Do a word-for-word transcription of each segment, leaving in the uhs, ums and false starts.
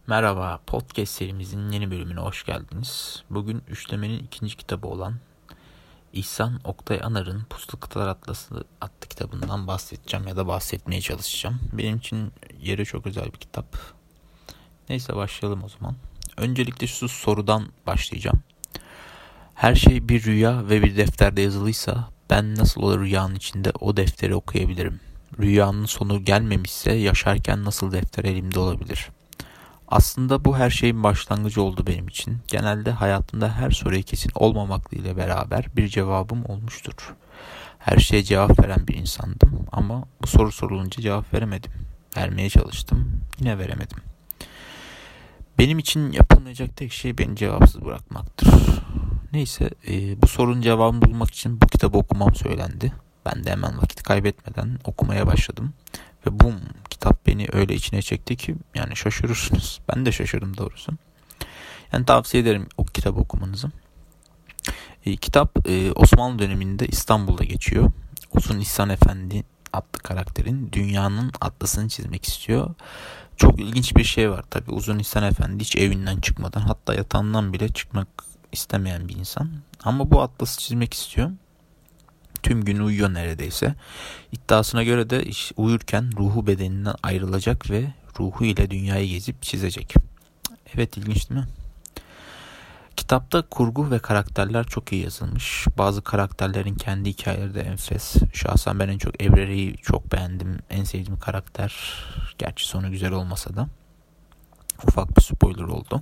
Merhaba, podcast serimizin yeni bölümüne hoş geldiniz. Bugün üçlemenin ikinci kitabı olan İhsan Oktay Anar'ın Puslu Kıtalar Atlası adlı kitabından bahsedeceğim ya da bahsetmeye çalışacağım. Benim için yeri çok özel bir kitap. Neyse başlayalım o zaman. Öncelikle şu sorudan başlayacağım. Her şey bir rüya ve bir defterde yazılıysa ben nasıl o rüyanın içinde o defteri okuyabilirim? Rüyanın sonu gelmemişse yaşarken nasıl defter elimde olabilir? Aslında bu her şeyin başlangıcı oldu benim için. Genelde hayatımda her soruya kesin olmamakla ile beraber bir cevabım olmuştur. Her şeye cevap veren bir insandım ama bu soru sorulunca cevap veremedim. Vermeye çalıştım, yine veremedim. Benim için yapılmayacak tek şey beni cevapsız bırakmaktır. Neyse, e, bu sorunun cevabını bulmak için bu kitabı okumam söylendi. Ben de hemen vakit kaybetmeden okumaya başladım. Ve bum, kitap beni öyle içine çekti ki yani şaşırırsınız. Ben de şaşırdım doğrusu. Yani tavsiye ederim o kitabı okumanızı. E, kitap e, Osmanlı döneminde İstanbul'da geçiyor. Uzun İhsan Efendi adlı karakterin dünyanın atlasını çizmek istiyor. Çok ilginç bir şey var tabii. Uzun İhsan Efendi hiç evinden çıkmadan, hatta yatağından bile çıkmak istemeyen bir insan. Ama bu atlası çizmek istiyor. Tüm gün uyuyor neredeyse. İddiasına göre de iş, uyurken ruhu bedeninden ayrılacak ve ruhu ile dünyayı gezip çizecek. Evet, ilginç değil mi? Kitapta kurgu ve karakterler çok iyi yazılmış. Bazı karakterlerin kendi hikayeleri de enfes. Şahsen ben en çok Ebrere'yi çok beğendim. En sevdiğim karakter. Gerçi sonu güzel olmasa da. Ufak bir spoiler oldu.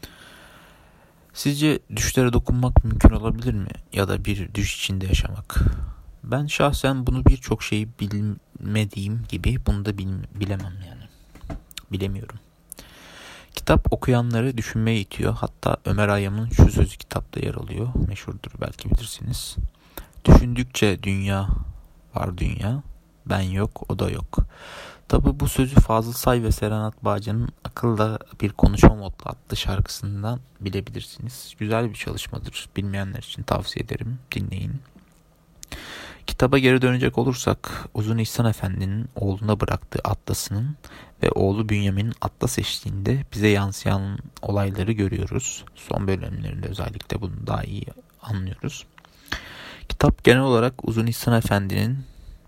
Sizce düşlere dokunmak mümkün olabilir mi? Ya da bir düş içinde yaşamak? Ben şahsen bunu birçok şeyi bilmediğim gibi bunu da bil- bilemem yani. Bilemiyorum. Kitap okuyanları düşünmeye itiyor. Hatta Ömer Hayyam'ın şu sözü kitapta yer alıyor. Meşhurdur, belki bilirsiniz. Düşündükçe dünya var dünya. Ben yok, o da yok. Tabi bu sözü Fazıl Say ve Serenat Bağcan'ın Akılda Bir Konuşma Modlu adlı şarkısından bilebilirsiniz. Güzel bir çalışmadır. Bilmeyenler için tavsiye ederim. Dinleyin. Kitaba geri dönecek olursak Uzun İhsan Efendi'nin oğluna bıraktığı atlasının ve oğlu Bünyamin'in atlas eşliğinde bize yansıyan olayları görüyoruz. Son bölümlerinde özellikle bunu daha iyi anlıyoruz. Kitap genel olarak Uzun İhsan Efendi'nin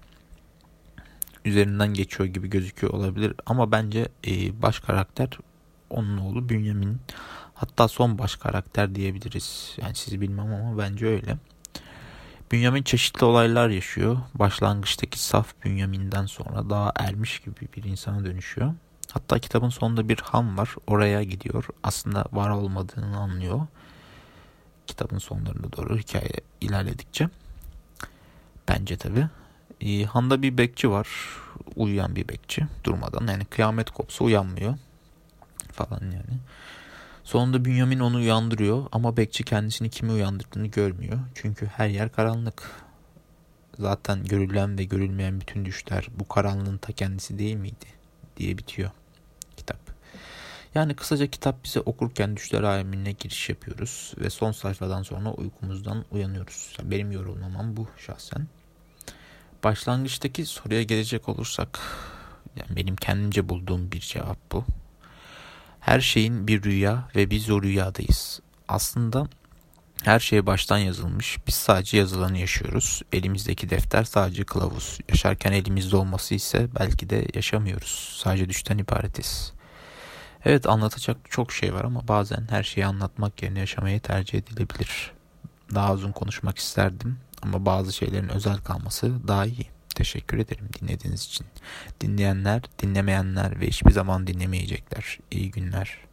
üzerinden geçiyor gibi gözüküyor olabilir ama bence e, baş karakter onun oğlu Bünyamin. Hatta son baş karakter diyebiliriz. Yani siz bilmem ama bence öyle. Bünyamin çeşitli olaylar yaşıyor. Başlangıçtaki saf Bünyamin'den sonra daha ermiş gibi bir insana dönüşüyor. Hatta kitabın sonunda bir han var. Oraya gidiyor. Aslında var olmadığını anlıyor. Kitabın sonlarına doğru hikaye ilerledikçe. Bence tabii. E, handa bir bekçi var. Uyuyan bir bekçi. Durmadan. Yani kıyamet kopsa uyanmıyor. Falan yani. Sonunda Bünyamin onu uyandırıyor ama bekçi kendisini kimi uyandırdığını görmüyor. Çünkü her yer karanlık. Zaten görülen ve görülmeyen bütün düşler bu karanlığın ta kendisi değil miydi diye bitiyor kitap. Yani kısaca kitap bize okurken düşler alemine giriş yapıyoruz ve son sayfadan sonra uykumuzdan uyanıyoruz. Benim yorumlamam bu şahsen. Başlangıçtaki soruya gelecek olursak, yani benim kendimce bulduğum bir cevap bu. Her şeyin bir rüya ve biz o rüyadayız. Aslında her şey baştan yazılmış. Biz sadece yazılanı yaşıyoruz. Elimizdeki defter sadece kılavuz. Yaşarken elimizde olması ise belki de yaşamıyoruz. Sadece düşten ibaretiz. Evet, anlatacak çok şey var ama bazen her şeyi anlatmak yerine yaşamayı tercih edilebilir. Daha uzun konuşmak isterdim ama bazı şeylerin özel kalması daha iyi. Teşekkür ederim dinlediğiniz için. Dinleyenler, dinlemeyenler ve hiçbir zaman dinlemeyecekler. İyi günler.